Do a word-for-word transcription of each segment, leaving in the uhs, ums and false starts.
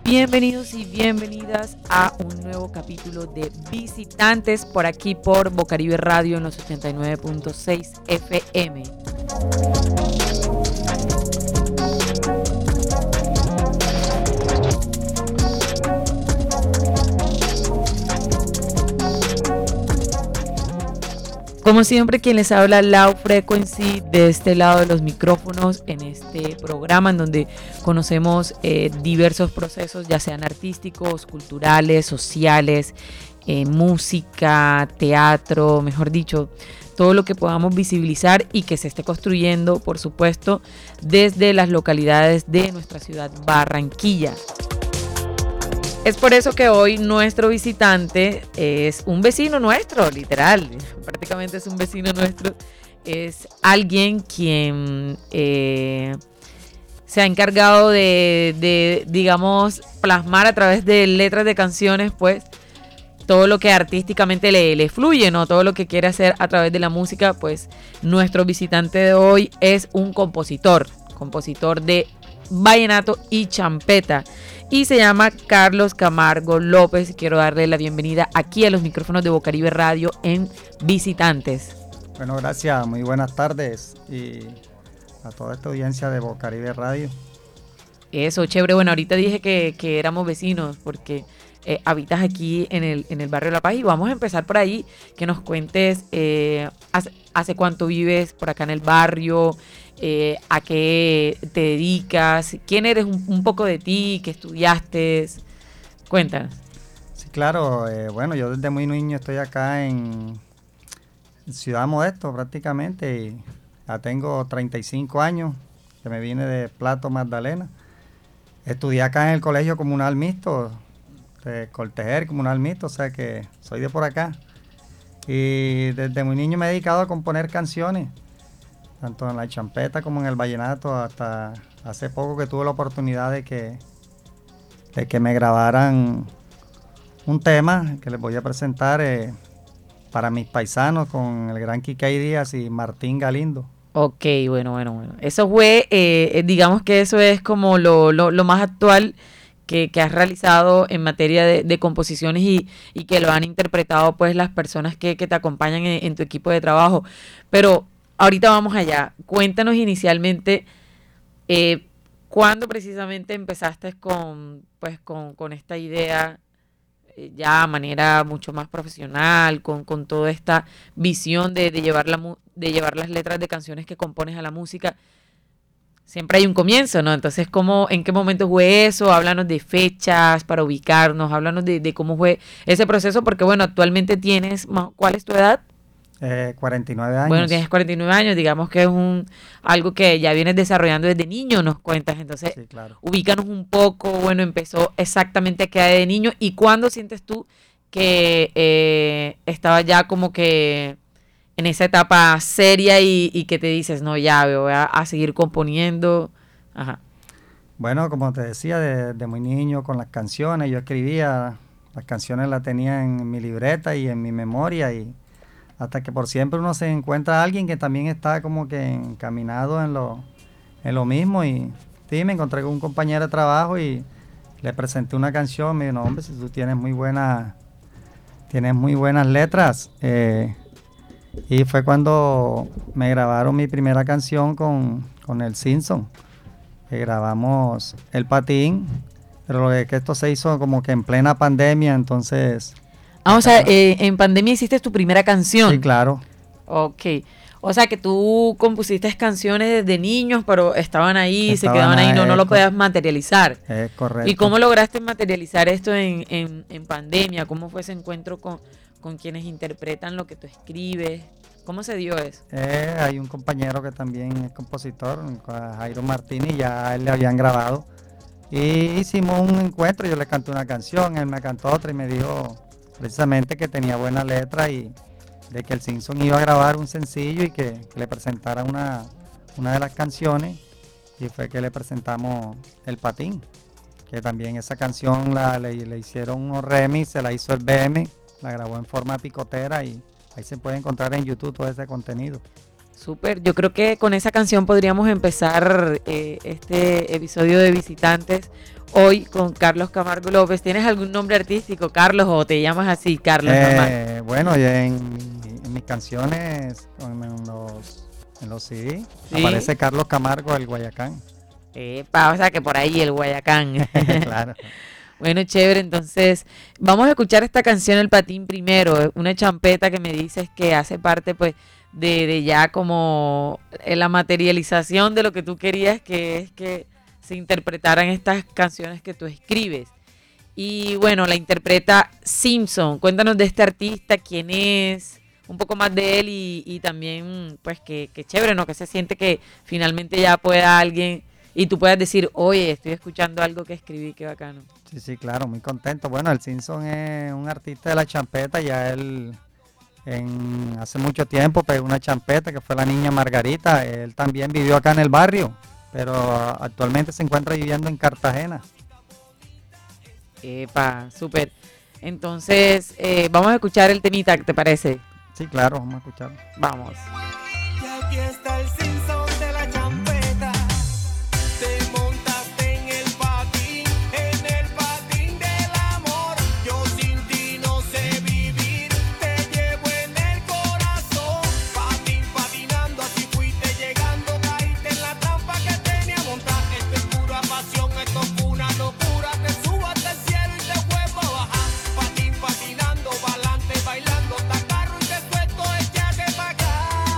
Bienvenidos y bienvenidas a un nuevo capítulo de Visitantes por aquí por Bocaribe Radio en los ochenta y nueve punto seis F M. Como siempre, quien les habla, Low Frequency, de este lado de los micrófonos, en este programa en donde conocemos eh, diversos procesos, ya sean artísticos, culturales, sociales, eh, música, teatro, mejor dicho, todo lo que podamos visibilizar y que se esté construyendo, por supuesto, desde las localidades de nuestra ciudad Barranquilla. Es por eso que hoy nuestro visitante es un vecino nuestro, literal, prácticamente es un vecino nuestro, es alguien quien eh, se ha encargado de, de, digamos, plasmar a través de letras de canciones, pues, todo lo que artísticamente le, le fluye, ¿no? Todo lo que quiere hacer a través de la música, pues, nuestro visitante de hoy es un compositor, compositor de vallenato y champeta. Y se llama Carlos Camargo López. Quiero darle la bienvenida aquí a los micrófonos de Bocaribe Radio en Visitantes. Bueno, gracias. Muy buenas tardes y a toda esta audiencia de Bocaribe Radio. Eso, chévere. Bueno, ahorita dije que, que éramos vecinos porque eh, habitas aquí en el, en el barrio La Paz y vamos a empezar por ahí, que nos cuentes eh, hace, hace cuánto vives por acá en el barrio. Eh, a qué te dedicas, quién eres, un, un poco de ti, qué estudiaste, cuéntanos. Sí, claro, eh, bueno, yo desde muy niño estoy acá en Ciudad Modesto prácticamente y ya tengo treinta y cinco años, que me vine de Plato Magdalena. Estudié acá en el Colegio Comunal Mixto, de Cortejer Comunal Mixto, o sea que soy de por acá. Y desde muy niño me he dedicado a componer canciones, tanto en la champeta como en el vallenato, hasta hace poco que tuve la oportunidad de que, de que me grabaran un tema que les voy a presentar eh, para mis paisanos con el gran Quiquey Díaz y Martín Galindo. Ok, bueno, bueno, bueno. Eso fue, eh, digamos que eso es como lo, lo, lo más actual que, que has realizado en materia de, de composiciones y, y que lo han interpretado pues las personas que, que te acompañan en, en tu equipo de trabajo. Pero ahorita vamos allá. Cuéntanos inicialmente eh, cuándo precisamente empezaste con, pues, con, con esta idea eh, ya a manera mucho más profesional, con, con toda esta visión de, de, llevar la, de llevar las letras de canciones que compones a la música. Siempre hay un comienzo, ¿no? Entonces, ¿cómo, en qué momento fue eso? Háblanos de fechas para ubicarnos, háblanos de, de cómo fue ese proceso, porque bueno, actualmente tienes, ¿cuál es tu edad? Eh, cuarenta y nueve años. Bueno, tienes cuarenta y nueve años, digamos que es un algo que ya vienes desarrollando desde niño, nos cuentas. Entonces, sí, claro. Ubícanos un poco, bueno, empezó exactamente a qué edad de niño y cuándo sientes tú que eh, estaba ya como que en esa etapa seria y, y que te dices, no, ya voy a, a seguir componiendo. Ajá. Bueno, como te decía, desde de muy niño con las canciones, yo escribía, las canciones las tenía en mi libreta y en mi memoria y hasta que por siempre uno se encuentra a alguien que también está como que encaminado en lo, en lo mismo. Y sí, me encontré con un compañero de trabajo y le presenté una canción. Me dijo, no, hombre, si tú tienes muy buenas, tienes muy buenas letras. Eh, y fue cuando me grabaron mi primera canción con, con el Simpson. Que grabamos El Patín, pero lo que es que esto se hizo como que en plena pandemia, entonces... Ah, o sea, eh, en pandemia hiciste tu primera canción. Sí, claro. Ok. O sea, que tú compusiste canciones desde niños, pero estaban ahí, Estaban se quedaban ahí, no, no lo co- podías materializar. Es correcto. ¿Y cómo lograste materializar esto en, en, en pandemia? ¿Cómo fue ese encuentro con, con quienes interpretan lo que tú escribes? ¿Cómo se dio eso? Eh, hay un compañero que también es compositor, Jairo Martínez, ya a él le habían grabado. Y hicimos un encuentro, yo le canté una canción, él me cantó otra y me dijo precisamente que tenía buena letra y de que el Simpson iba a grabar un sencillo y que, que le presentara una, una de las canciones. Y fue que le presentamos El Patín, que también esa canción la, le, le hicieron unos remix, se la hizo el B M, la grabó en forma picotera y ahí se puede encontrar en YouTube todo ese contenido. Súper, yo creo que con esa canción podríamos empezar eh, este episodio de Visitantes hoy con Carlos Camargo López. ¿Tienes algún nombre artístico, Carlos, o te llamas así, Carlos? Eh, bueno, y en, mi- en mis canciones, en, en los, en los C D, ¿Sí? aparece Carlos Camargo el Guayacán. Epa, o sea que por ahí el Guayacán. Claro. Bueno, chévere, entonces vamos a escuchar esta canción El Patín primero, una champeta que me dices que hace parte pues de, de ya como eh, la materialización de lo que tú querías, que es que se interpretaran estas canciones que tú escribes. Y bueno, la interpreta Simpson. Cuéntanos de este artista, quién es, un poco más de él y, y también pues que, que chévere, ¿no? Que se siente que finalmente ya pueda alguien y tú puedas decir, oye, estoy escuchando algo que escribí, qué bacano. Sí, sí, claro, muy contento. Bueno, el Simpson es un artista de la champeta, ya él en, hace mucho tiempo pegó una champeta que fue la Niña Margarita. Él también vivió acá en el barrio, pero actualmente se encuentra viviendo en Cartagena. Epa, súper. Entonces, eh, vamos a escuchar el temita, ¿te parece? Sí, claro, vamos a escucharlo. Vamos. Y aquí está el Simpson de la champeta. Te montaste en el patín, en el patín del amor. Yo sin ti no sé vivir, te llevo en el corazón. Patín, patinando, así fuiste llegando, caíste en la trampa que tenía montada. Esto es pura pasión, esto fue una locura. Te subo hasta el cielo y te vuelvo a bajar. Patín, patinando, pa'lante, bailando, hasta carro y te suelto, échate pa' acá.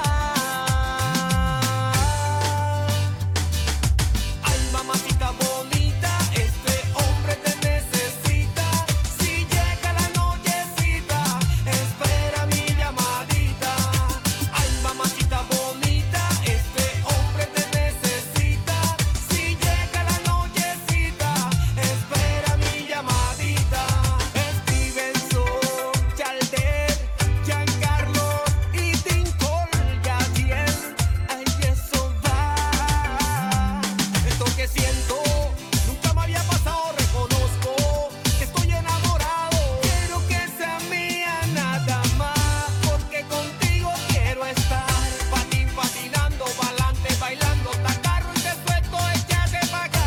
Ay, mamacita bonita, este hombre te necesita. Si llega la nochecita, espera mi llamadita. Ay, mamacita bonita, este hombre te necesita. Si llega la nochecita, espera mi llamadita. Stevenson, Chalder, Giancarlo y Tincol, Gadiel. Ay, eso va. Esto que siento nunca me había pasado, reconozco que estoy enamorado. Quiero que sea mía nada más, porque contigo quiero estar. Patín, patinando, pa'lante, bailando, hasta carro y te suelto, échate pa' acá.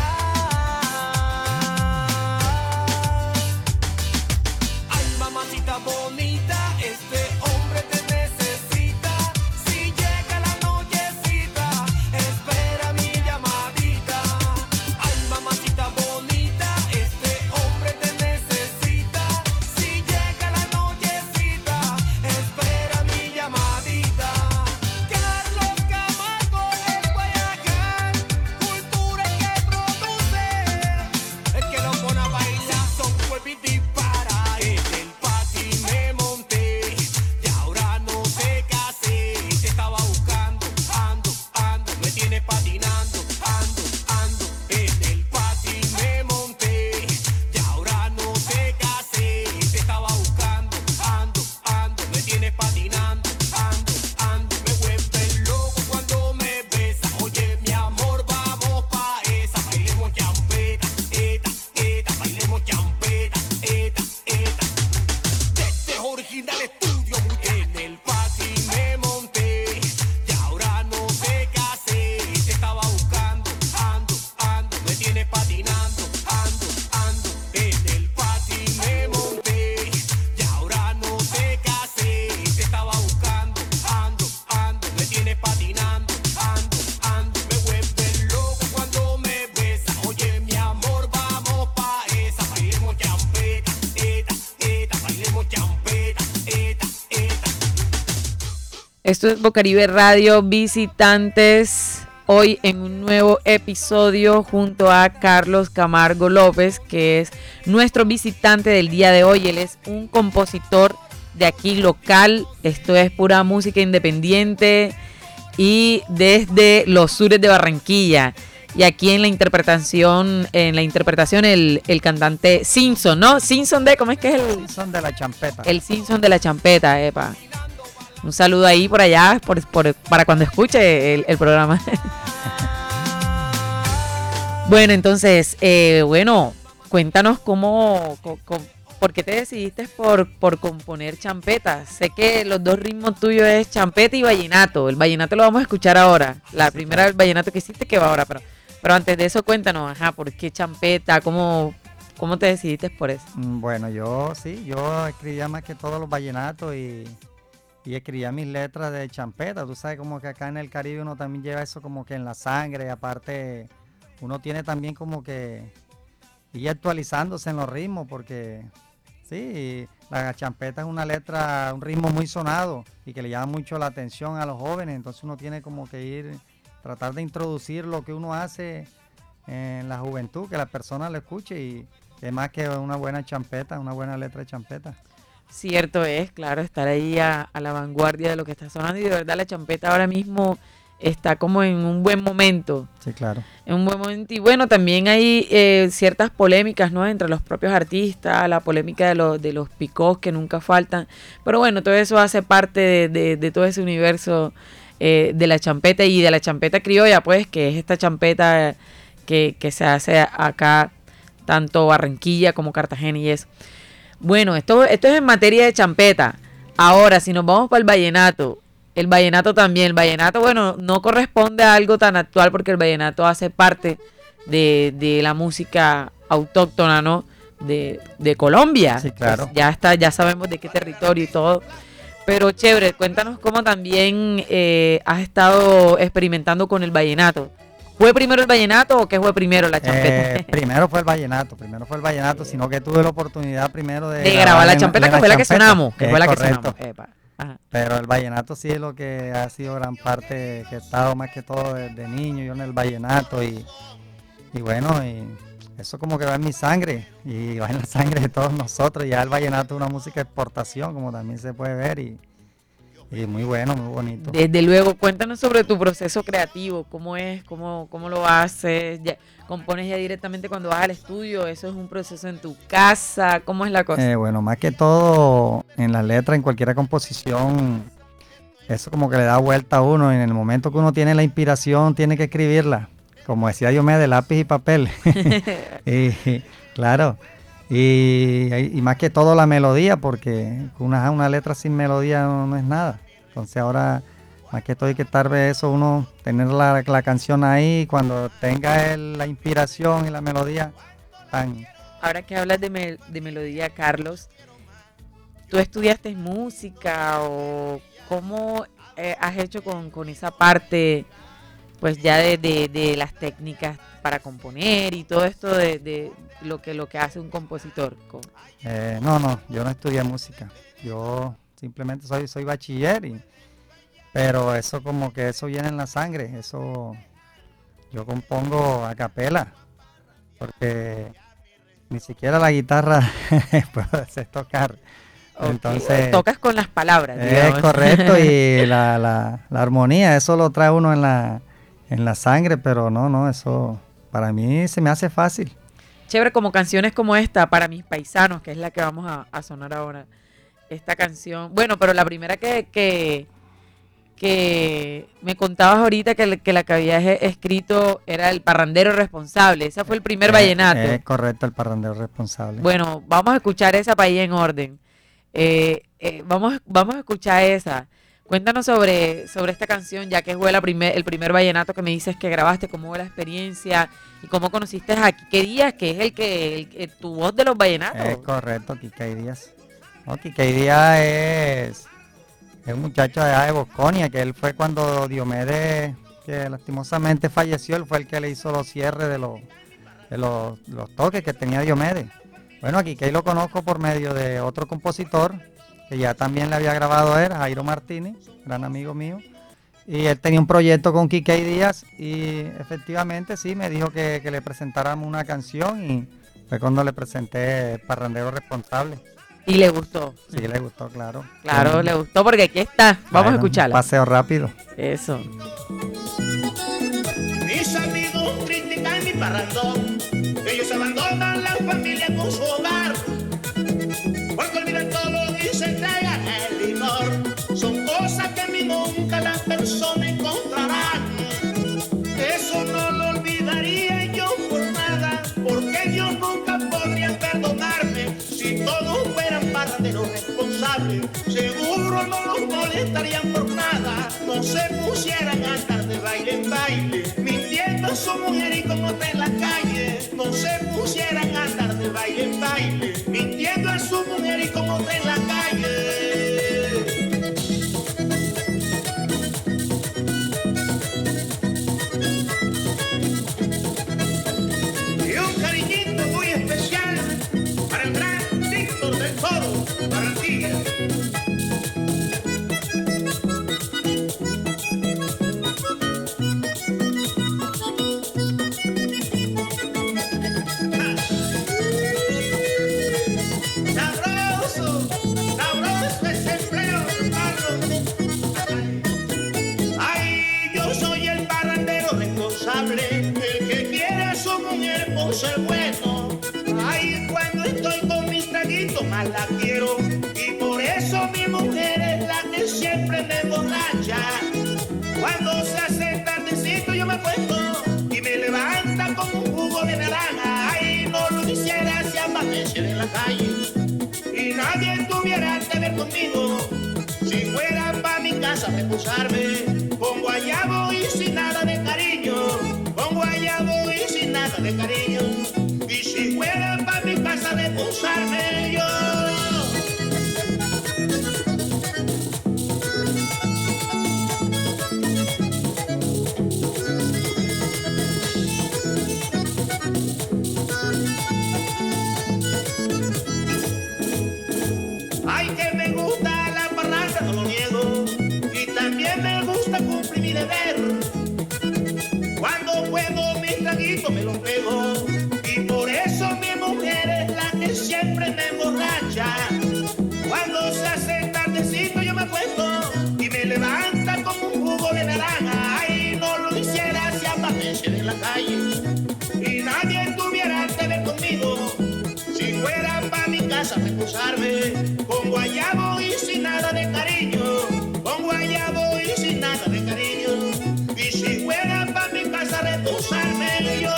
Ay, mamacita bonita, este hombre te necesita. Si llega la nochecita, espera mi llamadita. Ay, mamacita bonita, este hombre te necesita. Si llega la nochecita, espera mi llamadita. Carlos Camargo, el Guayacán, cultura que produce, el que lo pone a bailar son vuelve y dispara. En el patín me monté y ahora no sé qué hacer. Te estaba buscando, ando, ando, me tienes patinando, ando, ando. En el patín me monté y ahora no sé qué hacer. Te estaba buscando, ando, ando, me tienes patinando, ando, ando. Me vuelves loco cuando me besas. Oye, mi amor, vamos pa' esa. Bailemos champeta, eta, eta, bailemos champeta, eta, eta. Este es original estudio, muy en el patín me monté y ahora no sé qué hacer. Te estaba buscando, ando, ando, me tienes patinando, ando, ando. En el patín me monté y ahora no sé qué hacer. Te estaba buscando, ando, ando, me tienes patinando, ando, ando. Me vuelves loco cuando me besas. Oye, mi amor, vamos pa' esa. Bailemos champeta, eta, eta, bailemos champeta, eta, eta. Esto es Bocaribe Radio, Visitantes, hoy en un nuevo episodio junto a Carlos Camargo López, que es nuestro visitante del día de hoy. Él es un compositor de aquí local, esto es pura música independiente y desde los sures de Barranquilla. Y aquí en la interpretación, en la interpretación el, el cantante Simpson, ¿no? Simpson de, ¿cómo es que es el? Simpson de la champeta. El Simpson de la champeta, epa. Un saludo ahí por allá, por, por, para cuando escuche el, el programa. Bueno, entonces, eh, bueno, cuéntanos cómo, cómo, ¿por qué te decidiste por, por componer champeta? Sé que los dos ritmos tuyos es champeta y vallenato. El vallenato lo vamos a escuchar ahora. La primera del vallenato que hiciste que va ahora, pero, pero antes de eso cuéntanos, ajá, ¿por qué champeta? ¿Cómo, cómo te decidiste por eso? Mm, Bueno, yo sí, yo escribía más que todos los vallenatos y, y escribía mis letras de champeta. Tú sabes como que acá en el Caribe uno también lleva eso como que en la sangre. Aparte, uno tiene también como que ir actualizándose en los ritmos porque sí, la champeta es una letra, un ritmo muy sonado y que le llama mucho la atención a los jóvenes. Entonces uno tiene como que ir, tratar de introducir lo que uno hace en la juventud, que la persona lo escuche y es más que una buena champeta, una buena letra de champeta. Cierto es, claro, estar ahí a, a la vanguardia de lo que está sonando y de verdad la champeta ahora mismo está como en un buen momento. Sí, claro. En un buen momento. Y bueno, también hay eh, ciertas polémicas, ¿no? Entre los propios artistas, la polémica de, los de los picós que nunca faltan. Pero bueno, todo eso hace parte de, de, de todo ese universo eh, de la champeta y de la champeta criolla, pues, que es esta champeta que, que se hace acá, tanto Barranquilla como Cartagena y eso. Bueno, esto, esto es en materia de champeta. Ahora, si nos vamos para el vallenato, el vallenato también, el vallenato, bueno, no corresponde a algo tan actual porque el vallenato hace parte de, de la música autóctona, ¿no? De, de Colombia. Sí, claro. Pues ya está, ya sabemos de qué territorio y todo. Pero chévere, cuéntanos cómo también eh, has estado experimentando con el vallenato. ¿Fue primero el vallenato o qué fue primero la champeta? Eh, primero fue el vallenato, primero fue el vallenato, sino que tuve la oportunidad primero de, de grabar la champeta, en que fue la que champeta, sonamos, que es fue la que correcto. sonamos. Epa. Ajá. Pero el vallenato sí es lo que ha sido gran parte, que he estado más que todo desde niño, yo en el vallenato y, y bueno, y eso como que va en mi sangre y va en la sangre de todos nosotros. Ya el vallenato es una música de exportación, como también se puede ver y, y muy bueno, muy bonito. Desde luego, cuéntanos sobre tu proceso creativo, cómo es, cómo, cómo lo haces, ya, compones ya directamente cuando vas al estudio, eso es un proceso en tu casa, ¿cómo es la cosa? Eh, bueno, más que todo en las letras, en cualquier composición, eso como que le da vuelta a uno. En el momento que uno tiene la inspiración, tiene que escribirla. Como decía Diomedes, de lápiz y papel. y, claro, y, y más que todo la melodía, porque una, una letra sin melodía no, no es nada. Entonces ahora, más que todo hay que estar de eso, uno tener la, la canción ahí, cuando tenga el, la inspiración y la melodía, tan... Ahora que hablas de, mel- de melodía, Carlos, ¿tú estudiaste música o cómo eh, has hecho con, con esa parte, pues ya de, de, de las técnicas para componer y todo esto de, de lo que lo que hace un compositor? Con... Eh, no, no, yo no estudié música, yo simplemente soy, soy bachiller, y, pero eso como que eso viene en la sangre, eso yo compongo a capela, porque ni siquiera la guitarra puedo hacer tocar. Okay. Entonces tocas con las palabras, es digamos. correcto, y la, la, la armonía, eso lo trae uno en la, en la sangre, pero no, no, eso para mí se me hace fácil. Chévere, como canciones como esta, Para mis paisanos, que es la que vamos a, a sonar ahora. Esta canción, bueno, pero la primera que, que, que me contabas ahorita que, que la que habías e- escrito era El parrandero responsable. Ese fue el primer Eh, vallenato. Es correcto, el parrandero responsable. Bueno, vamos a escuchar esa para ir en orden. Eh, eh, vamos, vamos a escuchar esa. Cuéntanos sobre, sobre esta canción, ya que fue la primer, el primer vallenato que me dices que grabaste, cómo fue la experiencia y cómo conociste a Quique Díaz, que es el que el, el- tu voz de los vallenatos. Es correcto, Quique Díaz. No, Quique Díaz es, es un muchacho de allá de Bosconia, que él fue cuando Diomedes, que lastimosamente falleció, él fue el que le hizo los cierres de los, de los, los toques que tenía Diomedes. Bueno, a Quique lo conozco por medio de otro compositor, que ya también le había grabado a él, Jairo Martínez, gran amigo mío. Y él tenía un proyecto con Quique Díaz y efectivamente sí, me dijo que, que le presentáramos una canción y fue cuando le presenté Parrandero Responsable. Y le gustó. Sí, le gustó, claro. Claro, Un- le gustó porque aquí está. Vamos bueno, a escucharla. Un paseo rápido. Eso. Mis amigos critican mi parrandón, ellos abandonan la familia con su hogar, porque olvidan todo y se entregan el licor. Son cosas que a mí nunca la persona encontrará. Eso no lo olvidaría yo por nada, porque ellos nunca podrían perdonarme si todo a su mujer y con otra en la calle, no se pusieran a andar de baile en baile, mintiendo a su mujer y con otra en la calle. Y un cariñito muy especial para el gran Víctor del Toro, Barranquilla. Sabroso, sabroso ese empleo, hermano. Ay, yo soy el parrandero responsable, el que quiere a su mujer por ser bueno. Ay, cuando estoy con mis traguitos más la quiero, y por eso mi mujer es la que siempre me emborracha. Cuando se hace tardecito yo me acuesto y me levanta como un jugo de naranja. Ay, no lo hiciera si amaneciera en la calle y nadie tuviera que ver conmigo. Si fuera pa' mi casa a reposarme, con guayabo y sin nada de cariño, con guayabo y sin nada de cariño. Y si fuera pa' mi casa a reposarme yo. Ay, que me gusta la parranda, no lo niego, y también me gusta cumplir mi deber. Cuando puedo mis traguitos me los pego, y por eso mi mujer es la que siempre me emborracha. Cuando se hace tardecito yo me acuesto y me levanta como un jugo de naranja. Ay, no lo hiciera si amaneciera en la calle y nadie tuviera que ver conmigo. Si fuera pa' mi casa a reposarme, con guayabo y sin nada de cariño, con guayabo y sin nada de cariño. Y si fuera pa' mi casa a reposarme yo.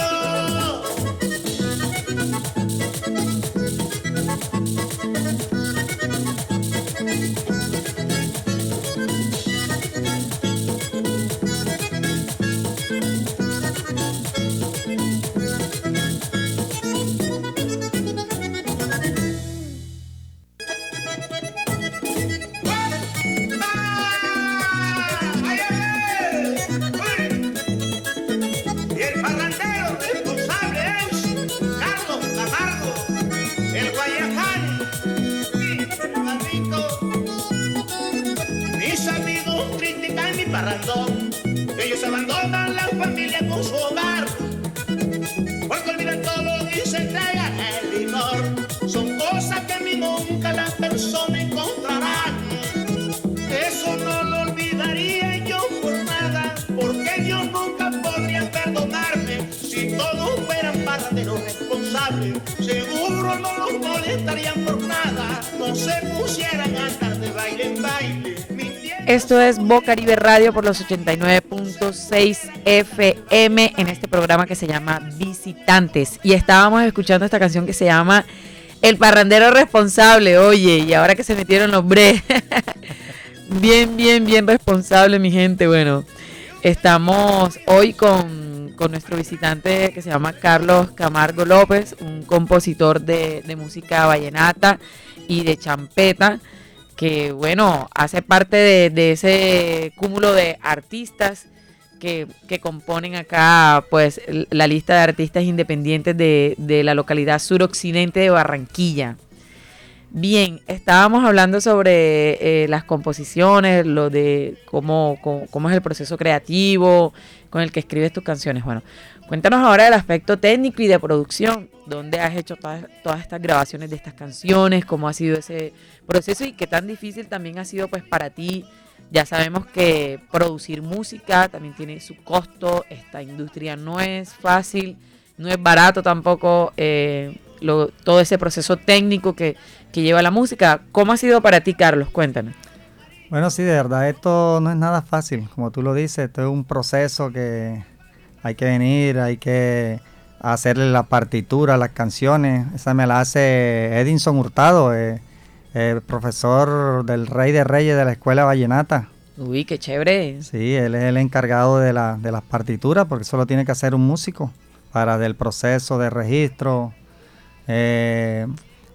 Y el parrandero responsable es Carlos Camargo, el Guayacán y Padrito. Mis amigos critican mi parrandón, ellos abandonan la familia con su hogar, porque olvidan todo y se entregan el licor. Son cosas que a mí nunca las personas encontrarán. Eso no lo olvidaría yo por nada, porque ellos nunca podrían perdonarme. Si todos fueran parranderos responsables, seguro no los molestarían por nada. No se pusieran a andar de baile en baile. Esto es Bocaribe Radio por los ochenta y nueve punto seis F M en este programa que se llama Visitantes. Y estábamos escuchando esta canción que se llama El Parrandero Responsable. Oye, y ahora que se metieron los bre. Bien, bien, bien responsable, mi gente. Bueno, estamos hoy con, con nuestro visitante que se llama Carlos Camargo López, un compositor de, de música vallenata y de champeta, que bueno, hace parte de, de ese cúmulo de artistas que, que componen acá pues la lista de artistas independientes de, de la localidad suroccidente de Barranquilla. Bien, estábamos hablando sobre eh, las composiciones, lo de cómo, cómo, cómo es el proceso creativo con el que escribes tus canciones. Bueno, cuéntanos ahora del aspecto técnico y de producción. ¿Dónde has hecho todas, todas estas grabaciones de estas canciones? ¿Cómo ha sido ese proceso y qué tan difícil también ha sido pues para ti? Ya sabemos que producir música también tiene su costo. Esta industria no es fácil, no es barato tampoco. Eh, Lo, todo ese proceso técnico que, que lleva la música. ¿Cómo ha sido para ti, Carlos? Cuéntame. Bueno, sí, de verdad, esto no es nada fácil. Como tú lo dices, esto es un proceso que hay que venir, hay que hacerle la partitura a las canciones. Esa me la hace Edinson Hurtado, eh, eh, profesor del Rey de Reyes de la Escuela Vallenata. Uy, qué chévere. Sí, él es el encargado de, la, de las partituras, porque eso lo tiene que hacer un músico, para del proceso de registro. Eh,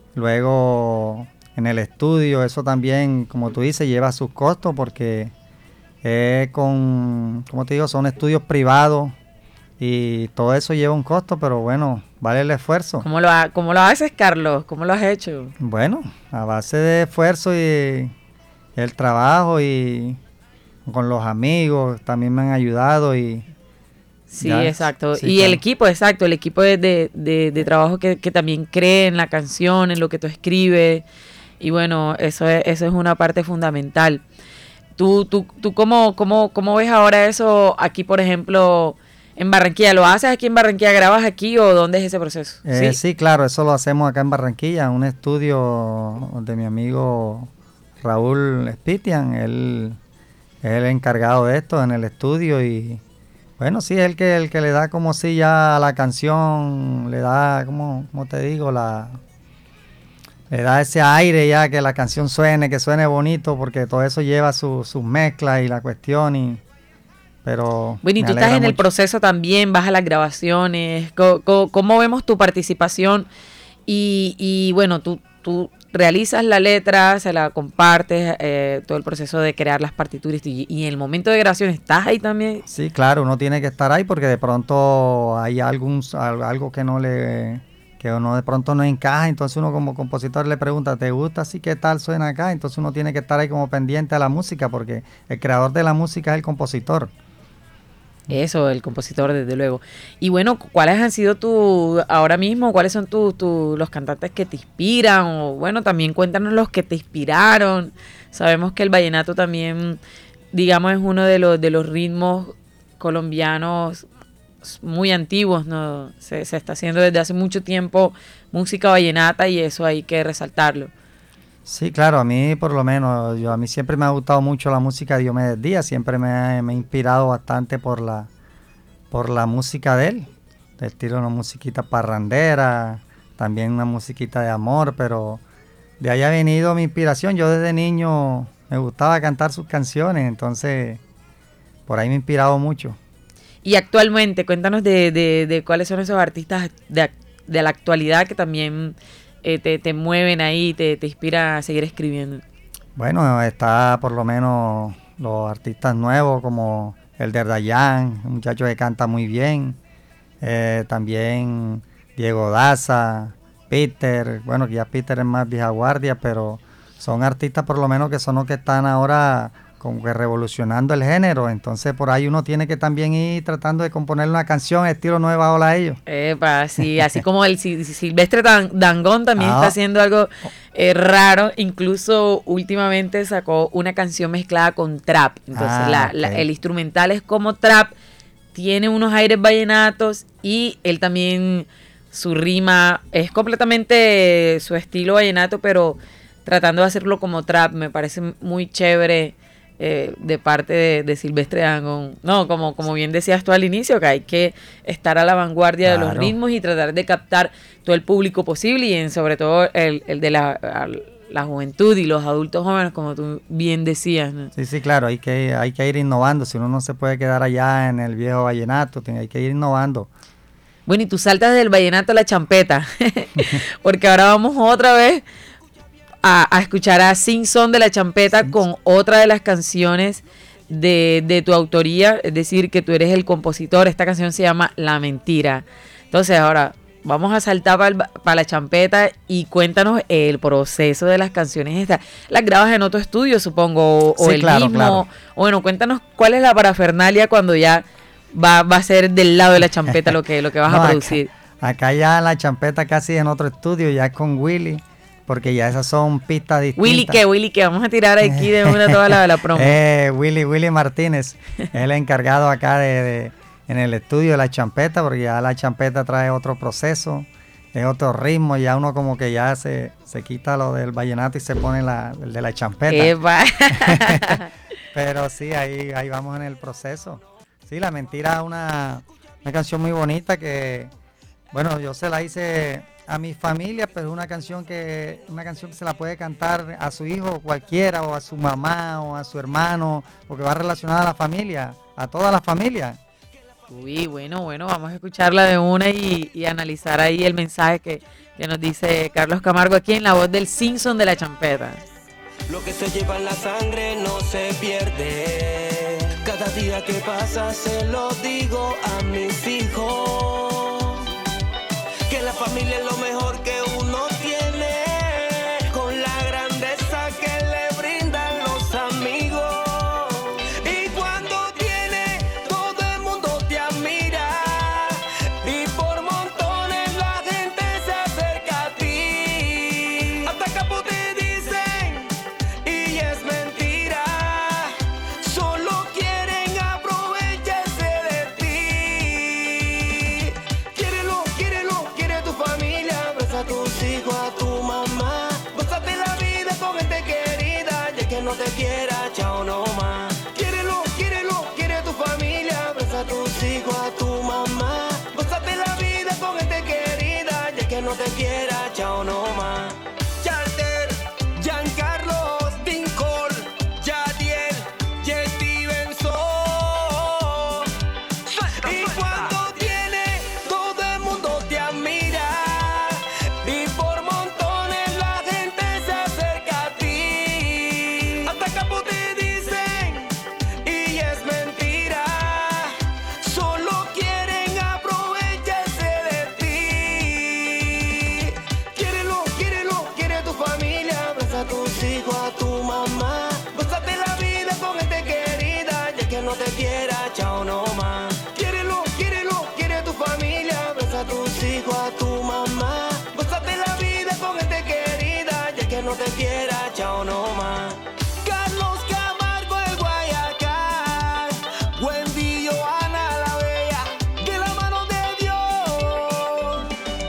luego en el estudio, eso también, como tú dices, lleva sus costos, porque es con, como te digo, son estudios privados y todo eso lleva un costo, pero bueno, vale el esfuerzo. ¿Cómo lo, ha- cómo lo haces, Carlos? ¿Cómo lo has hecho? Bueno, a base de esfuerzo y el trabajo y con los amigos también me han ayudado y Sí, ya, exacto. sí, y claro. el equipo, exacto, el equipo de, de, de- de trabajo que, que también cree en la canción, en lo que tú escribes. Y bueno, eso es, eso es una parte fundamental. ¿Tú, tú, tú cómo, cómo, cómo ves ahora eso aquí, por ejemplo, en Barranquilla? ¿Lo haces aquí en Barranquilla, grabas aquí o dónde es ese proceso? Eh, sí, claro, eso lo hacemos acá en Barranquilla, en un estudio de mi amigo Raúl Spitian. Él es el encargado de esto en el estudio y bueno, sí, es el que, el que le da como si ya a la canción, le da, como, como te digo, la le da ese aire ya que la canción suene, que suene bonito, porque todo eso lleva su- sus mezclas y la cuestión y pero Bueno, y me tú estás alegra en el mucho. proceso también, vas a las grabaciones. Co- co- ¿Cómo, vemos tu participación? Y, y bueno, tú, tú realizas la letra, se la compartes, eh, todo el proceso de crear las partituras y, y en el momento de grabación estás ahí también. Sí, claro, uno tiene que estar ahí porque de pronto hay algún al- algo que no le que uno de pronto no encaja, entonces uno como compositor le pregunta, ¿te gusta así? ¿Qué tal suena acá? Entonces uno tiene que estar ahí como pendiente a la música porque el creador de la música es el compositor. Eso, el compositor, desde luego. Y bueno, ¿cuáles han sido tu, ahora mismo, cuáles son tus, tus- los cantantes que te inspiran? O bueno, también cuéntanos los que te inspiraron. Sabemos que el vallenato también, digamos, es uno de los, de los ritmos colombianos muy antiguos, ¿no? Se, se está haciendo desde hace mucho tiempo música vallenata y eso hay que resaltarlo. Sí, claro, a mí por lo menos, yo a mí siempre me ha gustado mucho la música de Diomedes Díaz, siempre me ha, me ha inspirado bastante por la por la música de él, de estilo una musiquita parrandera, también una musiquita de amor, pero de ahí ha venido mi inspiración. Yo desde niño me gustaba cantar sus canciones, entonces por ahí me ha inspirado mucho. Y actualmente, cuéntanos de, de, de cuáles son esos artistas de, ac- de la actualidad que también eh, te, te mueven ahí, te, te inspira a seguir escribiendo. Bueno, está por lo menos los artistas nuevos como el de Dayan, un muchacho que canta muy bien. Eh, también Diego Daza, Peter, bueno, que ya Peter es más vieja guardia, pero son artistas por lo menos que son los que están ahora como que revolucionando el género. Entonces por ahí uno tiene que también ir tratando de componer una canción estilo Nueva Ola a ellos. Epa, sí, así como el Sil- Silvestre Dan- Dangond también Ah. está haciendo algo eh, raro, incluso últimamente sacó una canción mezclada con trap, entonces Ah, la, la- ok. el instrumental es como trap, tiene unos aires vallenatos y él también, su rima es completamente su estilo vallenato, pero tratando de hacerlo como trap, me parece muy chévere. Eh, de parte de, de Silvestre Dangond. No, como, como bien decías tú al inicio, que hay que estar a la vanguardia de los Claro. ritmos y tratar de captar todo el público posible y en, sobre todo el, el de la, al- la juventud y los adultos jóvenes, como tú bien decías, ¿no? Sí, sí, claro, hay que, hay que ir innovando. Si uno no se puede quedar allá en el viejo vallenato, tiene- hay que ir innovando. Bueno, y tú saltas del vallenato a la champeta, porque ahora vamos otra vez a, a escuchar a Sin Son de la Champeta Sin con otra de las canciones de, de tu autoría, es decir, que tú eres el compositor. Esta canción se llama La Mentira. Entonces ahora vamos a saltar para la champeta y cuéntanos el proceso de las canciones estas. ¿Las grabas en otro estudio, supongo, o, o Sí, el claro, mismo? claro. O bueno, cuéntanos cuál es la parafernalia cuando ya va, va a ser del lado de la champeta lo que, lo que vas No, a acá- producir. Acá, ya la champeta casi en otro estudio, ya es con Willy, porque ya esas son pistas distintas. Willy, ¿qué? Willy, ¿qué? Vamos a tirar aquí de una toda la, la promo. Eh, Willy, Willy Martínez, es el encargado acá de, de- en el estudio de la champeta, porque ya la champeta trae otro proceso, es otro ritmo, ya uno como que ya se, se quita lo del vallenato y se pone la, el de la champeta. Epa. Pero sí, ahí, ahí vamos en el proceso. Sí, La Mentira es una, una canción muy bonita que, bueno, yo se la hice a mi familia, pero es una canción que una canción que se la puede cantar a su hijo cualquiera, o a su mamá, o a su hermano, porque va relacionada a la familia, a toda la familia. Uy, bueno, bueno, vamos a escucharla de una y, y analizar ahí el mensaje que, que nos dice Carlos Camargo aquí en la voz del Simpson de la Champeta. Lo que se lleva en la sangre no se pierde. Cada día que pasa se lo digo a mis hijos. Que la familia es lo mejor que uno tiene. Con la grandeza que le brindan los amigos. Y cuando tiene, todo el mundo te admira. Y por montones la gente se acerca a ti. Hasta capo te dicen, y es mentira. Solo quieren aprovecharse de ti. Quiérelo, quiérelo, quiere tu familia. Abraza a tus hijos, a tu mamá. Gózate la vida con gente querida. Y el que no te quiera, chao no más. Quiérelo, quiérelo, quiere tu familia. Abraza a tus hijos, a tu mamá. Gózate la vida con gente querida. Y el que no te quiera, chao no más. Charter, Giancarlo, Dincol, Yadiel, y Stevenson. Y cuando tiene, todo el mundo te admira. Y por montones la gente se acerca a ti. Hasta capo te dicen, y es mentira. Solo quieren aprovecharse de ti. Quiérelo, quiérelo, quiere tu familia. Abraza a tus hijos, a tu mamá. Gózate la vida con gente querida. Y el que no te quiera, chao no más. Quiérelo, quiérelo, quiere tu familia. Abraza a tus hijos, a tu mamá. Gózate la vida con gente querida. Y el que no te quiera, chao no más. Carlos Camargo, el Guayacán. Wendy, Johanna, la bella. De la mano de Dios.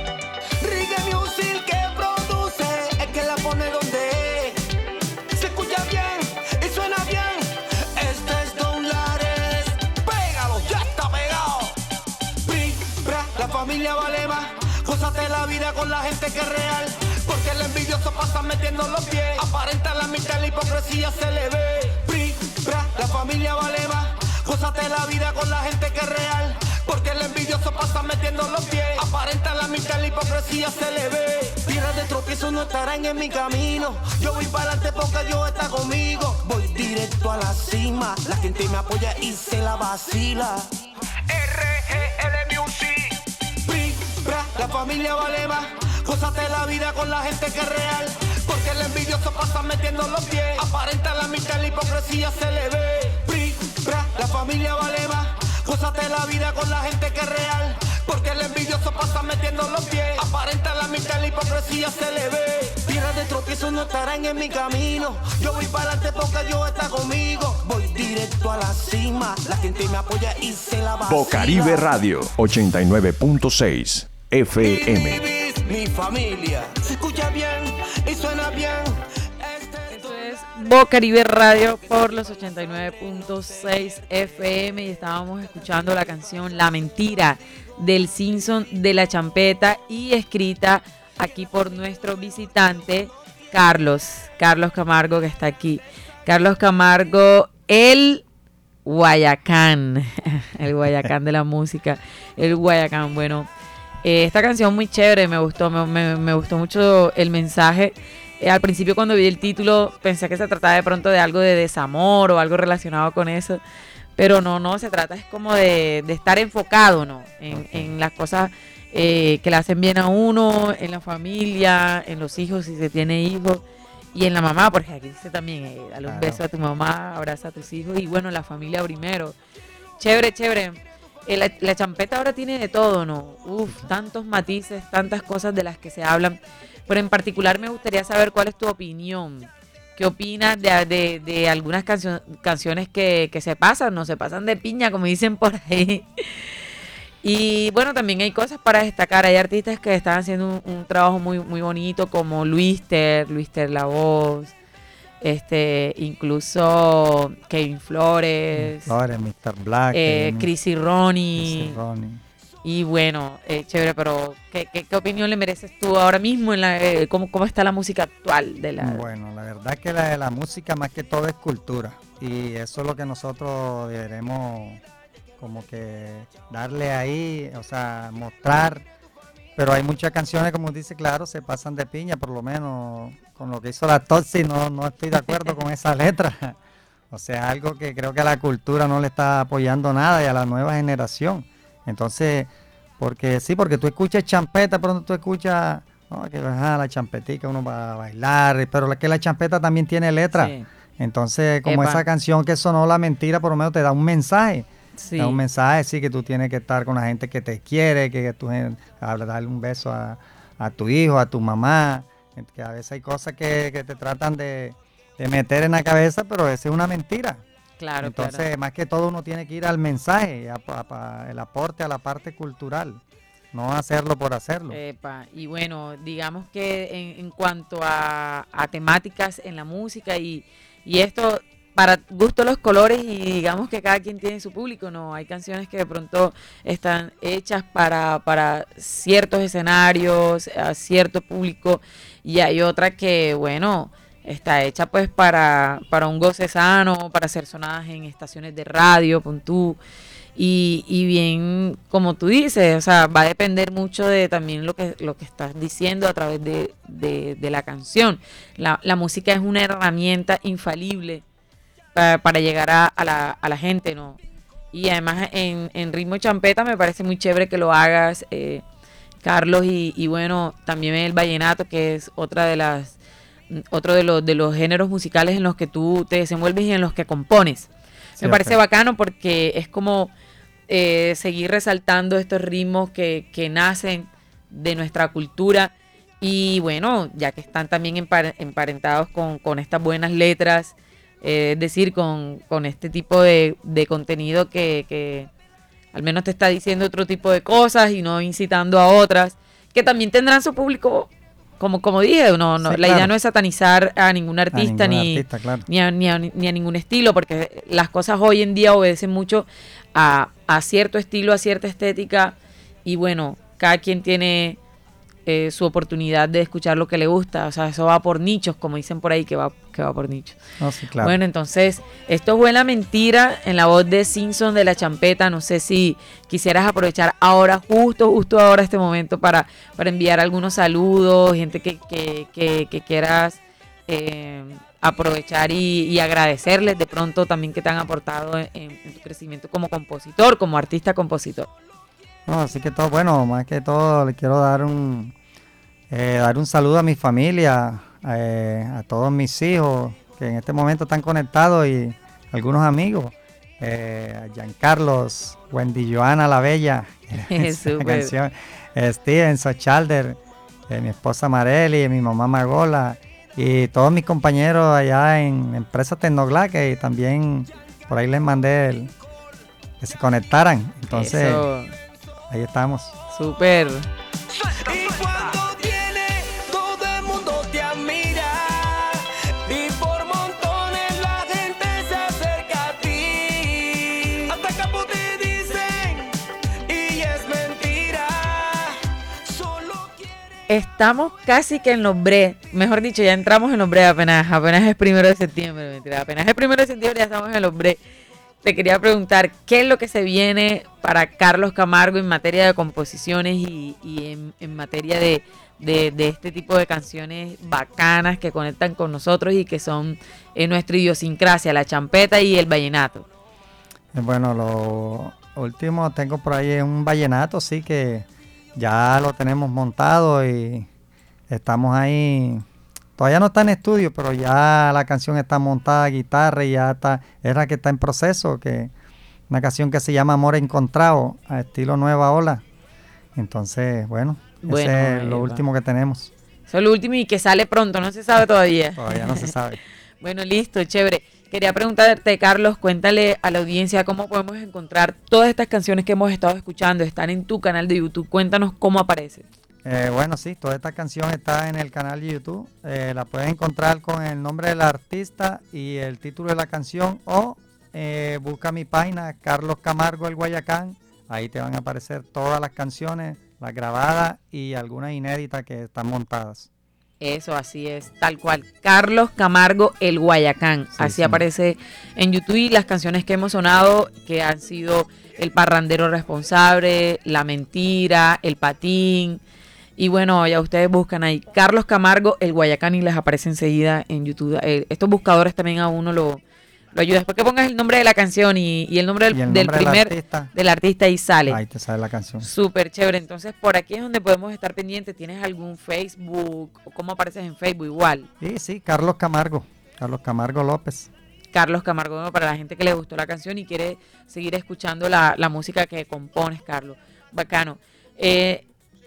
Reggae Music que produce, es que la pone donde es. Se escucha bien y suena bien. Este es Don Lares. Pégalo, ya está pegado. Bri, bra, la familia vale más. Gózate la vida con la gente que es real. Porque el envidioso pasa metiendo los pies. Aparenta la mitad, la hipocresía se le ve. Bri, bra, la familia vale más. Gózate la vida con la gente que es real. Porque el envidioso pasa metiendo los pies. Aparenta la mitad, la hipocresía se le ve. Piedras de tropiezo no estarán en mi camino. Yo voy para adelante porque Dios está conmigo. Voy directo a la cima. La gente me apoya y se la vacila. R G L Music. Bri, bra, la familia vale más. Gózate la vida con la gente que es real. Porque el envidioso pasa metiendo los pies. Aparenta la mitad, la hipocresía se le ve. Bri, bra, la familia vale más. Gózate la vida con la gente que es real. Porque el envidioso pasa metiendo los pies. Aparenta la mitad, la hipocresía se le ve. Piedras de tropiezo no estarán en mi camino. Yo voy para adelante porque Dios está conmigo. Voy directo a la cima. La gente me apoya y se la vacila. Bocaribe Radio ochenta y nueve punto seis F M. Mi familia se escucha bien y suena bien. Esto es Bocaribe Radio por los ochenta y nueve punto seis F M y estábamos escuchando la canción La Mentira del Simpson de la Champeta y escrita aquí por nuestro visitante Carlos, Carlos Camargo que está aquí. Carlos Camargo, el Guayacán, el Guayacán de la música, el Guayacán, bueno. Eh, esta canción muy chévere, me gustó, me, me, me gustó mucho el mensaje. Eh, al principio cuando vi el título pensé que se trataba de pronto de algo de desamor o algo relacionado con eso, pero no, no, se trata es como de, de estar enfocado, ¿no? En, en las cosas eh, que le hacen bien a uno, en la familia, en los hijos si se tiene hijos y en la mamá, porque aquí dice también, eh, dale un Claro. beso a tu mamá, abraza a tus hijos y bueno, la familia primero. Chévere, chévere. Eh, la, la champeta ahora tiene de todo, ¿no? Uf, tantos matices, tantas cosas de las que se hablan. Pero en particular me gustaría saber cuál es tu opinión. ¿Qué opinas de, de, de algunas cancio- canciones que, que se pasan, no se pasan de piña, como dicen por ahí? Y bueno, también hay cosas para destacar. Hay artistas que están haciendo un, un trabajo muy, muy bonito, como Luister, Luister La Voz, este, incluso Kevin Flores, Flores, mister Black, eh, Kevin, Chrissy Ronnie. mister Ronnie. Y bueno, eh, chévere, pero ¿qué, qué, qué opinión le mereces tú ahora mismo? En la, eh, ¿cómo, ¿Cómo está la música actual? De la... Bueno, la verdad que la, la música más que todo es cultura y eso es lo que nosotros deberemos como que darle ahí, o sea, mostrar, pero hay muchas canciones, como dice, claro, se pasan de piña, por lo menos con lo que hizo la Toxi, no, no estoy de acuerdo con esa letra, o sea, algo que creo que a la cultura no le está apoyando nada y a la nueva generación, entonces, porque sí, porque tú escuchas champeta, pronto tú escuchas, no, que ajá, la champetica uno va a bailar, pero la, que la champeta también tiene letra, Sí. entonces como Epa. esa canción que sonó La Mentira, por lo menos te da un mensaje. Sí. Da un mensaje, sí, que tú tienes que estar con la gente que te quiere, que, que tú eh, habla- darle un beso a, a tu hijo, a tu mamá, que a veces hay cosas que, que te tratan de, de meter en la cabeza, pero esa es una mentira. Claro, Entonces, claro. más que todo uno tiene que ir al mensaje, a, a- a- el aporte a la parte cultural, no hacerlo por hacerlo. Epa, y bueno, digamos que en, en cuanto a, a temáticas en la música y, y esto, para gusto los colores y digamos que cada quien tiene su público, ¿no? Hay canciones que de pronto están hechas para, para ciertos escenarios, a cierto público, y hay otra que, bueno, está hecha pues para, para un goce sano, para ser sonadas en estaciones de radio, pon tú. Y, y bien, como tú dices, o sea, va a depender mucho de también lo que, lo que estás diciendo a través de, de, de la canción. La, la música es una herramienta infalible para, para llegar a, a, la, a la gente, ¿no? Y además en, en ritmo champeta me parece muy chévere que lo hagas, eh, Carlos, y, y bueno, también el vallenato, que es otra de las, otro de los, de los géneros musicales en los que tú te desenvuelves y en los que compones. Sí, Me parece ok. bacano porque es como eh, seguir resaltando estos ritmos que, que nacen de nuestra cultura y bueno, ya que están también empar- emparentados con, con estas buenas letras, eh, es decir, con, con este tipo de, de contenido que, que al menos te está diciendo otro tipo de cosas y no incitando a otras, que también tendrán su público, como, como dije, no, no, Sí, la idea claro. no es satanizar a ningún A artista ningún ni, artista, claro. ni, a, ni, a, ni a ningún estilo, porque las cosas hoy en día obedecen mucho a, a cierto estilo, a cierta estética, y bueno, cada quien tiene eh, su oportunidad de escuchar lo que le gusta, o sea, eso va por nichos, como dicen por ahí, que va, que va por nichos. No, sí, claro. Bueno, entonces, esto fue La Mentira en la voz de Simpson de la Champeta. No sé si quisieras aprovechar ahora, justo, justo ahora, este momento, para, para enviar algunos saludos, gente que, que, que, que quieras eh, aprovechar y, y agradecerles de pronto también que te han aportado en, en tu crecimiento como compositor, como artista-compositor. No, así que todo, bueno, más que todo le quiero dar un eh, dar un saludo a mi familia, eh, a todos mis hijos que en este momento están conectados y algunos amigos, eh, a Giancarlos, Wendy Joana la Bella, esa Súper. canción, eh, Steven Sochalder, eh, mi esposa Marely, mi mamá Magola y todos mis compañeros allá en Empresa Tecnoglac, que también por ahí les mandé el- que se conectaran. Entonces, Eso, ahí estamos. súper. Y cuando tiene, todo el mundo te admira. Y por montones la gente se acerca a ti. Hasta capo te dicen, y es mentira. Solo quiere. Estamos casi que en los bre, mejor dicho, ya entramos en los bre apenas, apenas es primero de septiembre, mentira, apenas es primero de septiembre ya estamos en los bre. Te quería preguntar, ¿qué es lo que se viene para Carlos Camargo en materia de composiciones y, y en, en materia de, de, de este tipo de canciones bacanas que conectan con nosotros y que son en nuestra idiosincrasia, la champeta y el vallenato? Eh, Bueno, lo último tengo por ahí un vallenato, sí, que ya lo tenemos montado y estamos ahí. Todavía no está en estudio, pero ya la canción está montada, guitarra y ya está, es la que está en proceso, que una canción que se llama Amor Encontrado, a estilo Nueva Ola. Entonces, bueno, Bueno, ese es lo epa. último que tenemos. Eso es lo último y que sale pronto, no se sabe todavía. Todavía no se sabe. Bueno, listo, chévere. Quería preguntarte, Carlos, cuéntale a la audiencia cómo podemos encontrar todas estas canciones que hemos estado escuchando. Están en tu canal de YouTube. Cuéntanos cómo aparece. Eh, bueno, sí, toda esta canción está en el canal de YouTube. Eh, la puedes encontrar con el nombre del artista y el título de la canción o eh, busca mi página, Carlos Camargo El Guayacán. Ahí te van a aparecer todas las canciones, las grabadas y algunas inéditas que están montadas. Eso, así es, tal cual. Carlos Camargo, El Guayacán. Sí, así sí. aparece en YouTube y las canciones que hemos sonado, que han sido El Parrandero Responsable, La Mentira, El Patín. Y bueno, ya ustedes buscan ahí Carlos Camargo, El Guayacán y les aparece enseguida en YouTube. Eh, estos buscadores también a uno lo, lo ayudan. Después que pongas el nombre de la canción y, y el nombre del, Y el del nombre del primer artista. del artista y sale. Ahí te sale la canción. Súper chévere. Entonces, por aquí es donde podemos estar pendientes. ¿Tienes algún Facebook? ¿O cómo apareces en Facebook? Igual. Sí, sí, Carlos Camargo. Carlos Camargo López. Carlos Camargo, bueno, para la gente que le gustó la canción y quiere seguir escuchando la, la música que compones, Carlos. Bacano. Eh,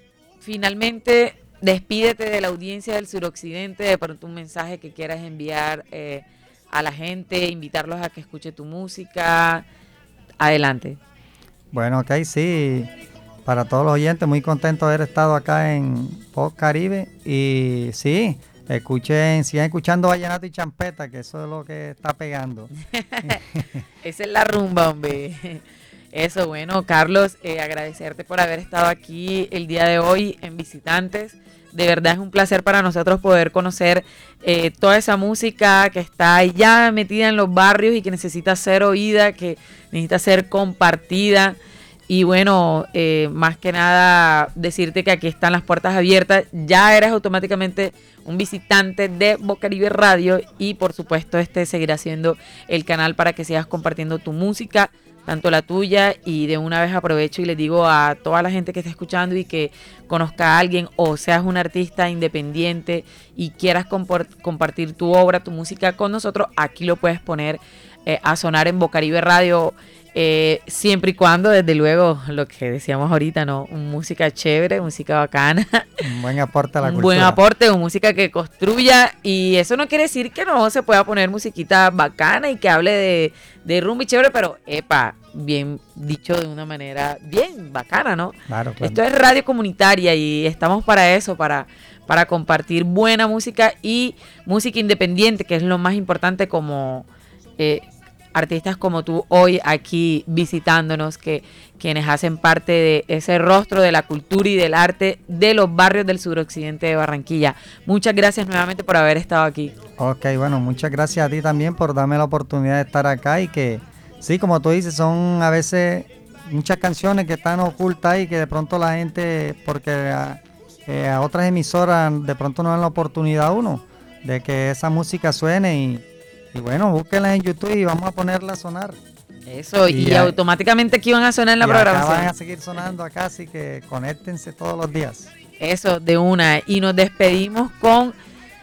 finalmente, despídete de la audiencia del suroccidente. De pronto, un mensaje que quieras enviar eh, a la gente, invitarlos a que escuche tu música. Adelante. Bueno, ok, sí. Para todos los oyentes, muy contento de haber estado acá en Pop Caribe. Y sí, escuchen, sigan escuchando vallenato y champeta, que eso es lo que está pegando. Esa es la rumba, hombre. Eso, bueno, Carlos, eh, agradecerte por haber estado aquí el día de hoy en Visitantes. De verdad es un placer para nosotros poder conocer eh, toda esa música que está ya metida en los barrios y que necesita ser oída, que necesita ser compartida. Y bueno, eh, más que nada decirte que aquí están las puertas abiertas. Ya eres automáticamente un visitante de Bocaribe Radio y por supuesto este seguirá siendo el canal para que sigas compartiendo tu música, tanto la tuya, y de una vez aprovecho y les digo a toda la gente que está escuchando y que conozca a alguien o seas un artista independiente y quieras compor- compartir tu obra, tu música con nosotros, aquí lo puedes poner eh, a sonar en Bocaribe Radio. Eh, siempre y cuando, desde luego, lo que decíamos ahorita, ¿no? Música chévere, música bacana. Un buen aporte a la Un cultura. buen aporte, o música que construya. Y eso no quiere decir que no se pueda poner musiquita bacana y que hable de, de rumba y chévere, pero, epa, bien dicho de una manera bien bacana, ¿no? Claro, claro. Esto es radio comunitaria y estamos para eso, para, para compartir buena música y música independiente, que es lo más importante, como eh, artistas como tú hoy aquí visitándonos, que quienes hacen parte de ese rostro de la cultura y del arte de los barrios del suroccidente de Barranquilla. Muchas gracias nuevamente por haber estado aquí. Ok, bueno, muchas gracias a ti también por darme la oportunidad de estar acá y que, sí, como tú dices, son a veces muchas canciones que están ocultas y que de pronto la gente, porque a, eh, a otras emisoras de pronto no dan la oportunidad a uno de que esa música suene y, y bueno, búsquenla en YouTube y vamos a ponerla a sonar. Eso, y, Y y ya- automáticamente aquí van a sonar en la y acá programación. van a seguir sonando acá, así que conéctense todos los días. Eso, de una. Y nos despedimos con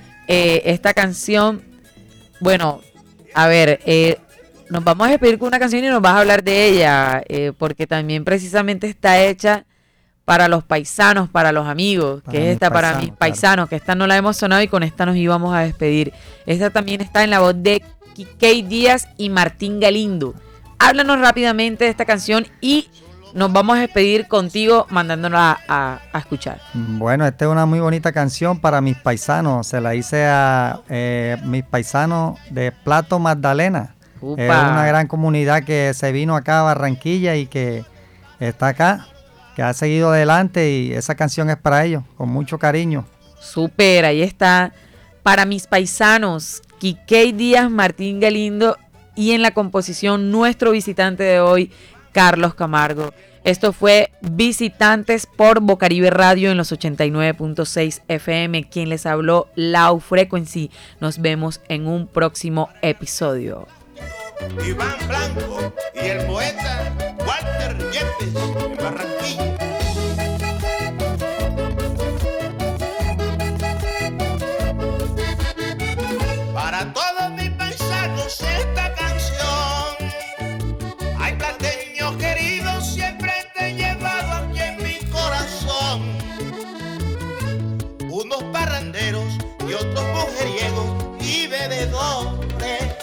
eh, esta canción. Bueno, a ver, eh, nos vamos a despedir con una canción y nos vas a hablar de ella, eh, porque también precisamente está hecha para los paisanos, para los amigos, Para que es mis esta para paisanos, mis claro. paisanos, que esta no la hemos sonado y con esta nos íbamos a despedir. Esta también está en la voz de Quiquey Díaz y Martín Galindo. Háblanos rápidamente de esta canción y nos vamos a despedir contigo mandándola a, a escuchar. Bueno, esta es una muy bonita canción para mis paisanos. Se la hice a eh, mis paisanos de Plato Magdalena. Upa. Es una gran comunidad que se vino acá a Barranquilla y que está acá, que ha seguido adelante, y esa canción es para ellos, con mucho cariño. Súper, ahí está. Para mis paisanos, Quiquey Díaz, Martín Galindo, y en la composición nuestro visitante de hoy, Carlos Camargo. Esto fue Visitantes por Bocaribe Radio en los ochenta y nueve punto seis F M. Quien les habló, Low Frequency. Nos vemos en un próximo episodio. Iván Blanco y el poeta Walter Yepes en Barranquilla. Para todos mis paisanos esta canción. Hay plateños queridos, siempre te he llevado aquí en mi corazón. Unos parranderos y otros mujeriegos y bebedores.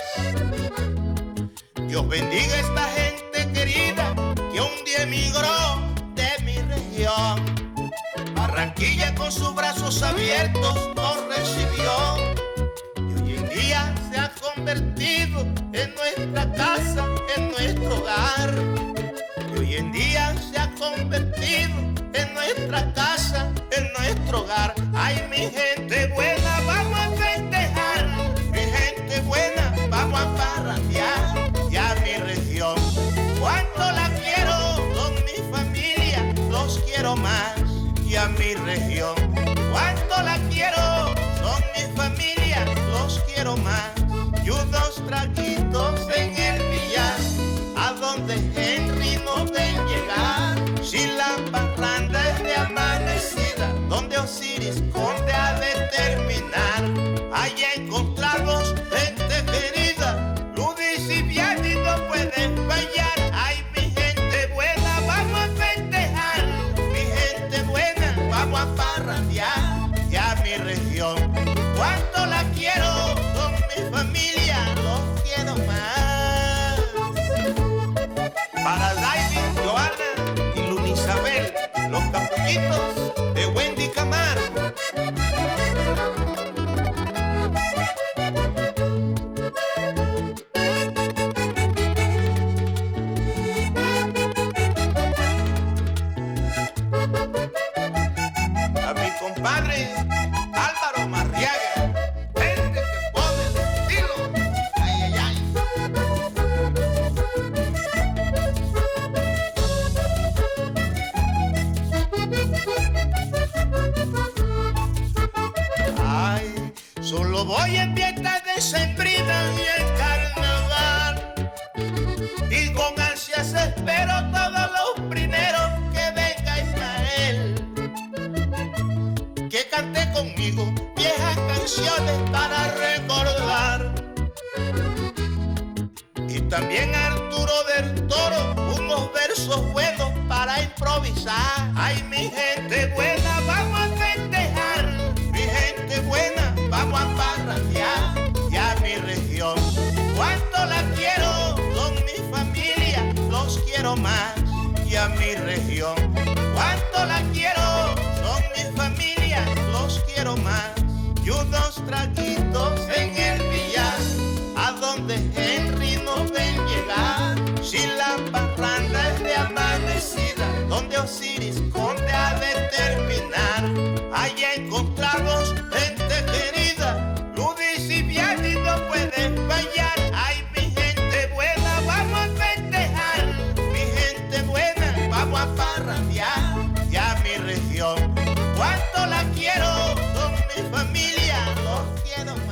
Dios bendiga a esta gente querida que un día emigró de mi región. Barranquilla con sus brazos abiertos nos recibió y hoy en día se ha convertido en nuestra casa, en nuestro hogar. Y hoy en día se reunidos en nuestra casa, en nuestro hogar. Ay, mi gente buena, vamos a festejar. Mi gente buena, vamos a parrandear. Y a mi región, cuánto la quiero, con mi familia los quiero más. Y a mi región, cuánto la quiero, con mi familia los quiero más. Y unos traguitos en el billar, a donde Henry no ven llegar. Si la parranda es de amanecida, donde Osiris Conde ha de terminar. Allá encontramos gente querida, Ludis y Vianney no pueden fallar. Ay, mi gente buena, vamos a festejar. Mi gente buena, vamos a parrandear. Y a mi región, cuánto la quiero, con mi familia los quiero más. Para David, Joana y Luna Isabel, los capullitos de Wendy Camargo. A mi compadre Álvaro Marriaga, gente que pone el estilo. Ay, ay, ay. Ay, solo voy en fiestas decembrinas y en carnaval, y con ansias espero todos los primeros que venga Ismael, que cante conmigo viejas canciones para recordar. Y también Arturo del Toro, unos versos buenos para improvisar. Ay, mi gente buena, vamos a festejar. Mi gente buena, vamos a parrandear. Y a mi región, cuánto la quiero, con mi familia los quiero más. Y a mi región, cuánto la quiero, con mi familia los quiero más. Y unos traguitos en el billar, a donde Henry no ven llegar. Si la parranda es de amanecida, donde Osiris Conde ha de terminar. Allá encontramos gente querida, Ludis y Vianney no pueden fallar. Ay, mi gente buena, vamos a festejar. Mi gente buena, vamos a parrandear. Y a mi región, cuánto la quiero, con mi familia los quiero.